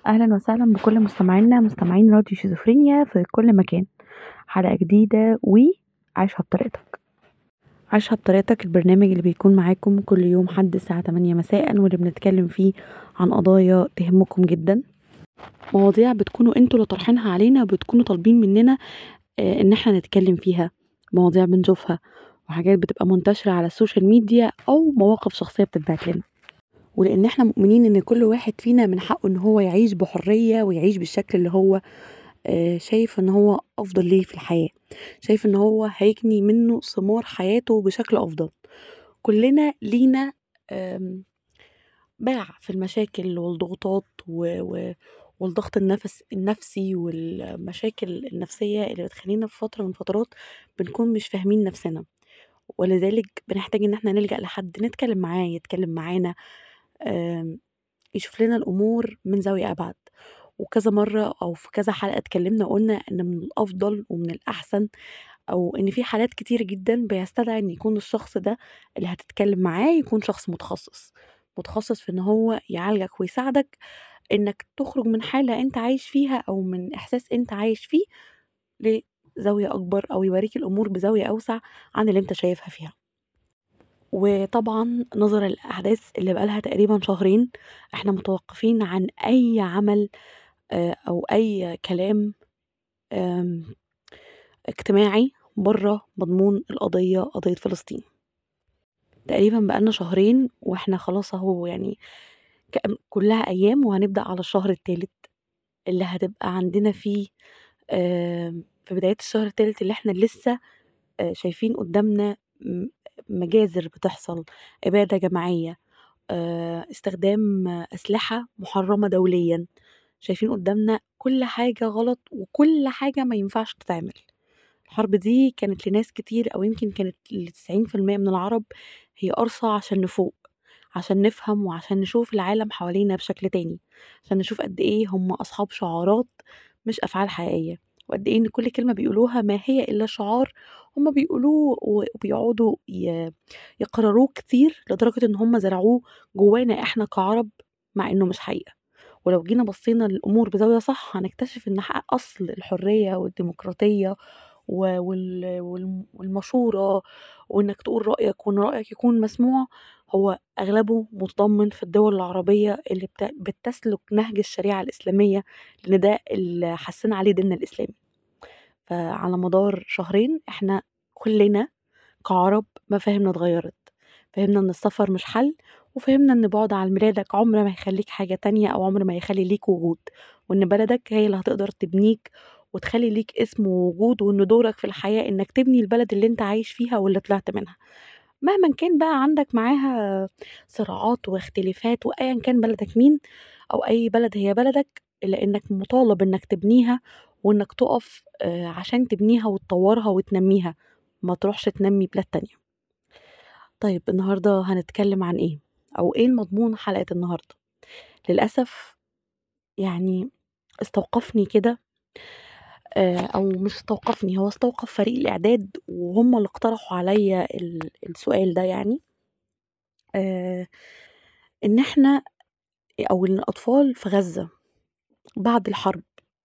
أهلا وسهلا بكل مستمعينا مستمعين راديو شيزوفرينيا في كل مكان. حلقة جديدة وعيشها بطريقتك. عيشها بطريقتك البرنامج اللي بيكون معاكم كل يوم حد الساعة 8 مساء، واللي بنتكلم فيه عن قضايا تهمكم جدا، مواضيع بتكونوا انتوا اللي طرحينها علينا وبتكونوا طالبين مننا ان احنا نتكلم فيها، مواضيع بنشوفها وحاجات بتبقى منتشرة على السوشيال ميديا أو مواقف شخصية بتتبعت لنا. ولأن احنا مؤمنين ان كل واحد فينا من حقه ان هو يعيش بحرية ويعيش بالشكل اللي هو شايف ان هو افضل ليه في الحياة، شايف ان هو هيجني منه ثمار حياته بشكل افضل. كلنا لينا باع في المشاكل والضغوطات والضغط النفسي والمشاكل النفسية اللي بتخلينا في فترة من فترات بنكون مش فاهمين نفسنا، ولذلك بنحتاج ان احنا نلجأ لحد نتكلم معاه يتكلم معانا، آمم، يشوف لنا الأمور من زاوية أبعد. وكذا مرة أو في كذا حلقة اتكلمنا وقلنا إن من الأفضل ومن الأحسن، أو إن في حالات كتير جدًا بيستدعي إن يكون الشخص ده اللي هتتكلم معاه يكون شخص متخصص، متخصص في إن هو يعالجك ويساعدك إنك تخرج من حالة أنت عايش فيها أو من إحساس أنت عايش فيه لزاوية أكبر، أو يوريك الأمور بزاوية أوسع عن اللي أنت شايفها فيها. وطبعًا نظرًا للأحداث اللي بقى لها تقريبًا شهرين، إحنا متوقفين عن أي عمل أو أي كلام آمم اجتماعي برّه مضمون قضية فلسطين. تقريبًا بقى لنا شهرين وإحنا خلاص أهو، يعني كلّها أيام وهنبدأ على الشهر التالت اللي هتبقى عندنا فيه في بداية الشهر التالت اللي إحنا لسه شايفين قدّامنا مجازر بتحصل، إبادة جماعية، استخدام أسلحة محرمة دوليًا، شايفين قدّامنا كل حاجة غلط وكل حاجة ما ينفعش تتعمل. الحرب دي كانت لناس كتير أو يمكن كانت ل90% من العرب هي قرصة عشان نفوق، عشان نفهم وعشان نشوف العالم حوالينا بشكل تاني، عشان نشوف قد إيه هم أصحاب شعارات مش أفعال حقيقية، وقد إيه إن كل كلمة بيقولوها ما هي إلا شعار هم بيقولوه وبيقعدوا يكرروه كتير لدرجة إن هم زرعوه جوانا إحنا كعرب، مع إنه مش حقيقة. ولو جينا بصينا للأمور بزاوية صح هنكتشف إن أصل الحرية والديمقراطية والمشورة وإنك تقول رأيك وإن رأيك يكون مسموع، هو أغلبه متضمن في الدول العربية اللي بتسلك نهج الشريعة الإسلامية، لأن ده اللي حسّينا عليه ديننا الإسلامي. فعلى مدار شهرين إحنا كلنا كعرب مفاهيمنا اتغيّرت، فهمنا إن السفر مش حل، وفهمنا إن بُعد عن ميلادك عمر ما هيخلّيك حاجة تانية أو عمر ما هيخلّي ليك وجود، وإن بلدك هي اللي هتقدر تبنيك وتخلّي ليك اسم ووجود، وإن دورك في الحياة إنك تبني البلد اللي أنت عايش فيها واللي طلعت منها، مهمًا كان بقى عندك معاها صراعات واختلافات وأيًا كان بلدك مين، أو أي بلد هي بلدك، إلا إنك مطالب إنك تبنيها وإنك تُقف عشان تبنيها وتطوّرها وتنمّيها، ما تروحش تنمّي بلاد تانية. طيب النهارده هنتكلم عن إيه؟ أو إيه المضمون حلقة النهارده؟ للأسف يعني استوقفني كده، أو مش استوقفني، هو استوقف فريق الإعداد وهُم اللي اقترحوا عليَّ السؤال ده يعني، آآ إن إحنا أو إن الأطفال في غزة بعد الحرب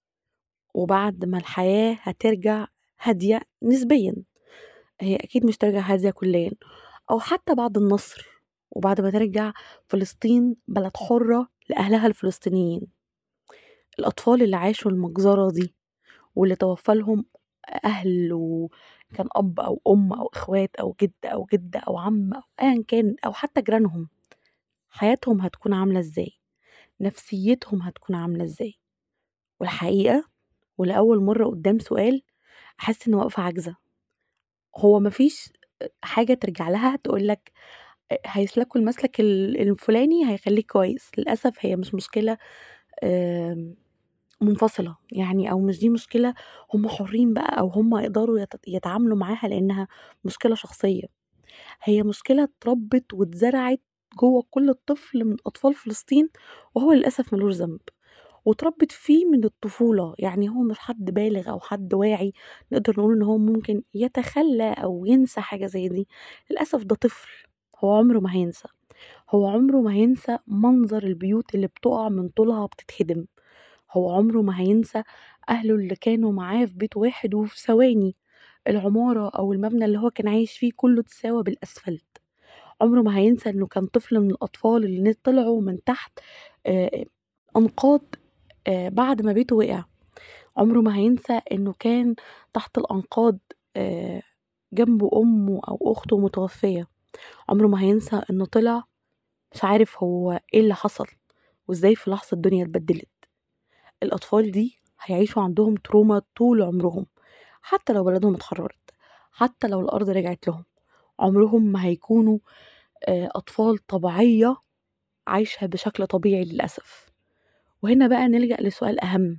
وبعد ما الحياة هترجع هادية نسبيًا، هي أكيد مش هترجع هادية كليًا، أو حتى بعد النصر وبعد ما ترجع فلسطين بلد حرة لأهلها الفلسطينيين، الأطفال اللي عاشوا المجزرة دي واللي توفى لهم أهل وكان أب أو أم أو إخوات أو جد أو جدة أو عم أو أيًا كان أو حتى جيرانهم، حياتهم هتكون عاملة إزاي؟ نفسيتهم هتكون عاملة إزاي؟ والحقيقة ولأول مرة قدام سؤال أحس إني واقفة عاجزة، هو ما فيش حاجة ترجع لها تقول لك هيسلكوا المسلك الفلاني هيخلّيك كويس، للأسف هي مش مشكلة آمم منفصلة، يعني أو مش دي مشكلة هُم حُرّين بقى أو هُم يقدروا يتعاملوا معاها لإنها مشكلة شخصية، هي مشكلة اتربِّت واتزرعت جوّه كل طفل من أطفال فلسطين وهو للأسف ما لوش ذنب، واتربِّت فيه من الطفولة، يعني هو مش حد بالغ أو حد واعي نقدر نقول إن هو ممكن يتخلّى أو ينسى حاجة زي دي، للأسف ده طفل، هو عمره ما هينسى، هو عمره ما هينسى منظر البيوت اللي بتُقع من طولها بتتهدم. هو عمره ما هينسى أهله اللي كانوا معاه في بيت واحد وفي ثواني العمارة أو المبنى اللي هو كان عايش فيه كله اتساوى بالأسفلت. عمره ما هينسى إنه كان طفل من الأطفال اللي طلعوا من تحت آآ أنقاض بعد ما بيته وقع. عمره ما هينسى إنه كان تحت الأنقاض آآ جنبه أمه أو أخته متوفية. عمره ما هينسى إنه طلع مش عارف هو إيه اللي حصل وإزاي في لحظة الدنيا اتبدلت. الأطفال دي هيعيشوا عندهم تروما طول عمرهم، حتى لو بلدهم اتحررت، حتى لو الأرض رجعت لهم. عمرهم ما هيكونوا أطفال طبيعية عايشة بشكل طبيعي للأسف. وهنا بقى نلجأ لسؤال أهم،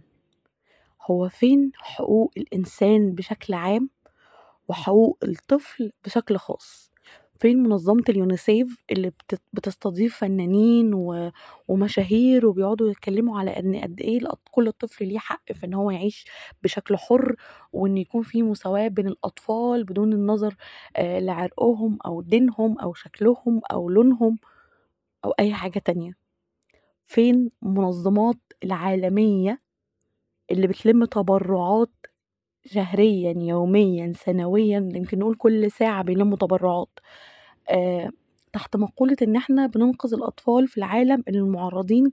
هو فين حقوق الإنسان بشكل عام وحقوق الطفل بشكل خاص؟ فين منظمة اليونيسيف اللي بتستضيف فنانين ومشاهير وبيقعدوا يتكلموا على ان قد ايه كل طفل ليه حق في ان هو يعيش بشكل حر، وان يكون في مساواة بين الأطفال بدون النظر لعرقهم او دينهم او شكلهم او لونهم او اي حاجة تانية؟ فين منظمات العالمية اللي بتلم تبرعات شهريًا، يوميًا، سنويًا، يمكن نقول كل ساعة بيلمّوا تبرعات آآ تحت مقولة إن إحنا بننقذ الأطفال في العالم المعرّضين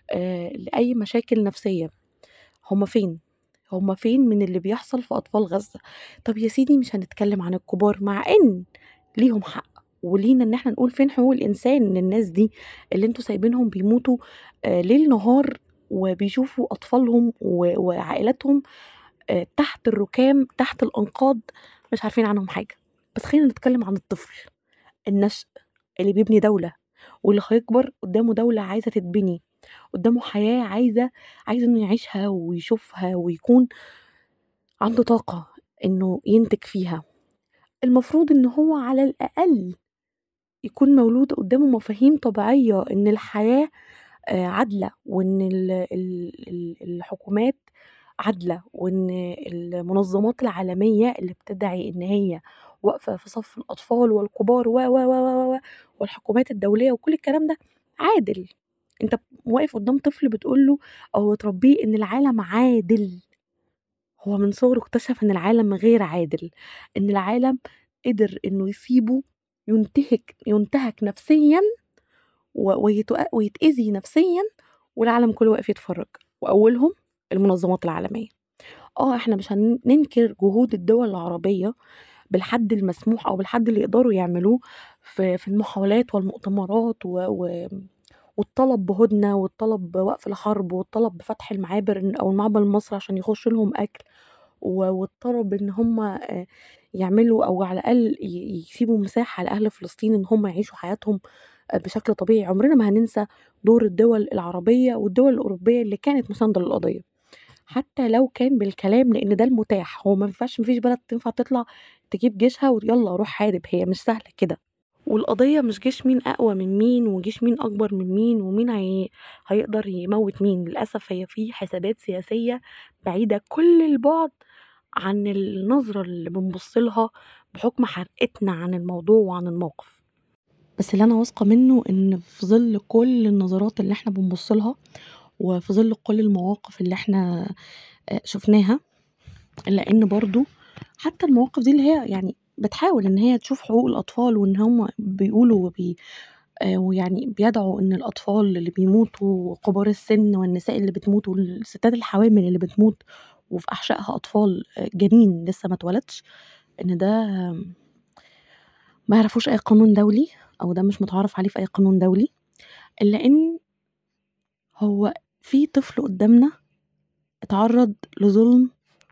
لأي مشاكل نفسية. هُم فين؟ هُم فين من اللي بيحصل في أطفال غزة؟ طب يا سيدي مش هنتكلم عن الكبار، مع إن ليهم حق ولينا إن إحنا نقول فين حقوق الإنسان للناس دي اللي أنتم سايبينهم بيموتوا ليل نهار، وبيشوفوا أطفالهم وعائلاتهم تحت الركام، تحت الأنقاض، مش عارفين عنهم حاجة. بس خلّينا نتكلم عن الطفل، النشء اللي بيبني دولة، واللي هيكبر قدّامه دولة عايزة تتبني، قدّامه حياة عايز إنه يعيشها ويشوفها ويكون عنده طاقة إنه ينتج فيها. المفروض إن هو على الأقل يكون مولود قدّامه مفاهيم طبيعية إن الحياة عادلة، وإن الحكومات عادلة، وإن المنظمات العالمية اللي بتدعي إن هي واقفة في صف الأطفال والكبار والحكومات الدولية وكل الكلام ده عادل. أنت واقف قدّام طفل بتقول له أو بتربيه إن العالم عادل. هو من صغره اكتشف إن العالم غير عادل، إن العالم قدر إنه يسيبه ينتهك نفسيًا ويتأذي نفسيًا، والعالم كله واقف يتفرج، وأولهم المنظمات العالمية. إحنا مش ننكر جهود الدول العربية بالحد المسموح أو بالحد اللي يقدروا يعملوه في المحاولات والمؤتمرات والطلب بهدنة، والطلب بوقف الحرب، والطلب بفتح المعابر أو المعبر المصري عشان يخش لهم أكل، والطلب إن هم يعملوا أو على الأقل يسيبوا مساحة لأهل فلسطين إن هم يعيشوا حياتهم بشكل طبيعي. عمرنا ما هننسى دور الدول العربية والدول الأوروبية اللي كانت مساندة للقضية، حتى لو كان بالكلام، لأن ده المتاح. هو ما فيش بلد تنفع تطلع تجيب جيشها ويالّا روح حارب، هي مش سهلة كده. والقضية مش جيش مين أقوى من مين، وجيش مين أكبر من مين، ومين هيقدر يموت مين. للأسف هي في حسابات سياسية بعيدة كل البُعد عن النظرة اللي بنبُص لها بحكم حرقتنا عن الموضوع وعن الموقف. بس اللي أنا واثقة منه إن في ظل كل النظرات اللي إحنا بنبُص لها، وفي ظل كل المواقف اللي إحنا شُفناها، إلا إن برضه حتى المواقف دي اللي هي يعني بتحاول إن هي تشوف حقوق الأطفال، وإن هُم بيقولوا ويعني بيدعوا إن الأطفال اللي بيموتوا وكبار السن والنساء اللي بتموت والستات الحوامل اللي بتموت وفي أحشائها أطفال جنين لسه ما اتولدش، إن ده ما يعرفوش أي قانون دولي، أو ده مش متعارف عليه في أي قانون دولي. إلا إن هو في طفل قدّامنا اتعرّض لظلم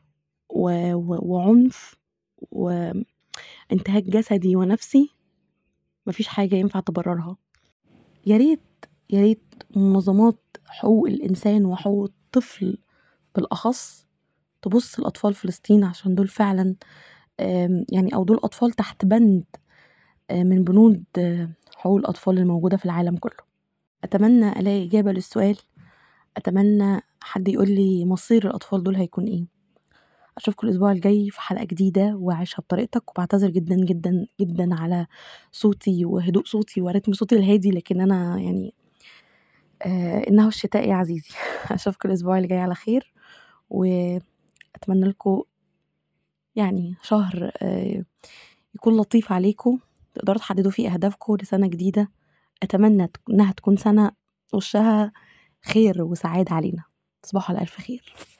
وعنف وانتهاك جسدي ونفسي، ما فيش حاجة ينفع تبررها. يا ريت، يا ريت منظمات حقوق الإنسان وحقوق الطفل بالأخص تبُص لأطفال فلسطين، عشان دول فعلًا يعني أو دول أطفال تحت بند من بنود حقوق الأطفال الموجودة في العالم كله. أتمنى ألاقي إجابة للسؤال، أتمنى حد يقول لي مصير الأطفال دول هيكون إيه. أشوفكم الأسبوع الجاي في حلقة جديدة وعيشها بطريقتك، وباعتذر جدًا، جدًا، جدًا على صوتي وهدوء صوتي ورتم صوتي الهادي، لكن أنا يعني إنه الشتاء يا عزيزي. أشوفكم الأسبوع اللي جاي على خير، وأتمنى لكم يعني شهر يكون لطيف عليكم، تقدروا تحددوا فيه أهدافكم لسنة جديدة. أتمنى إنها تكون سنة وشها خير وسعادة علينا. تصبحوا على ألف خير.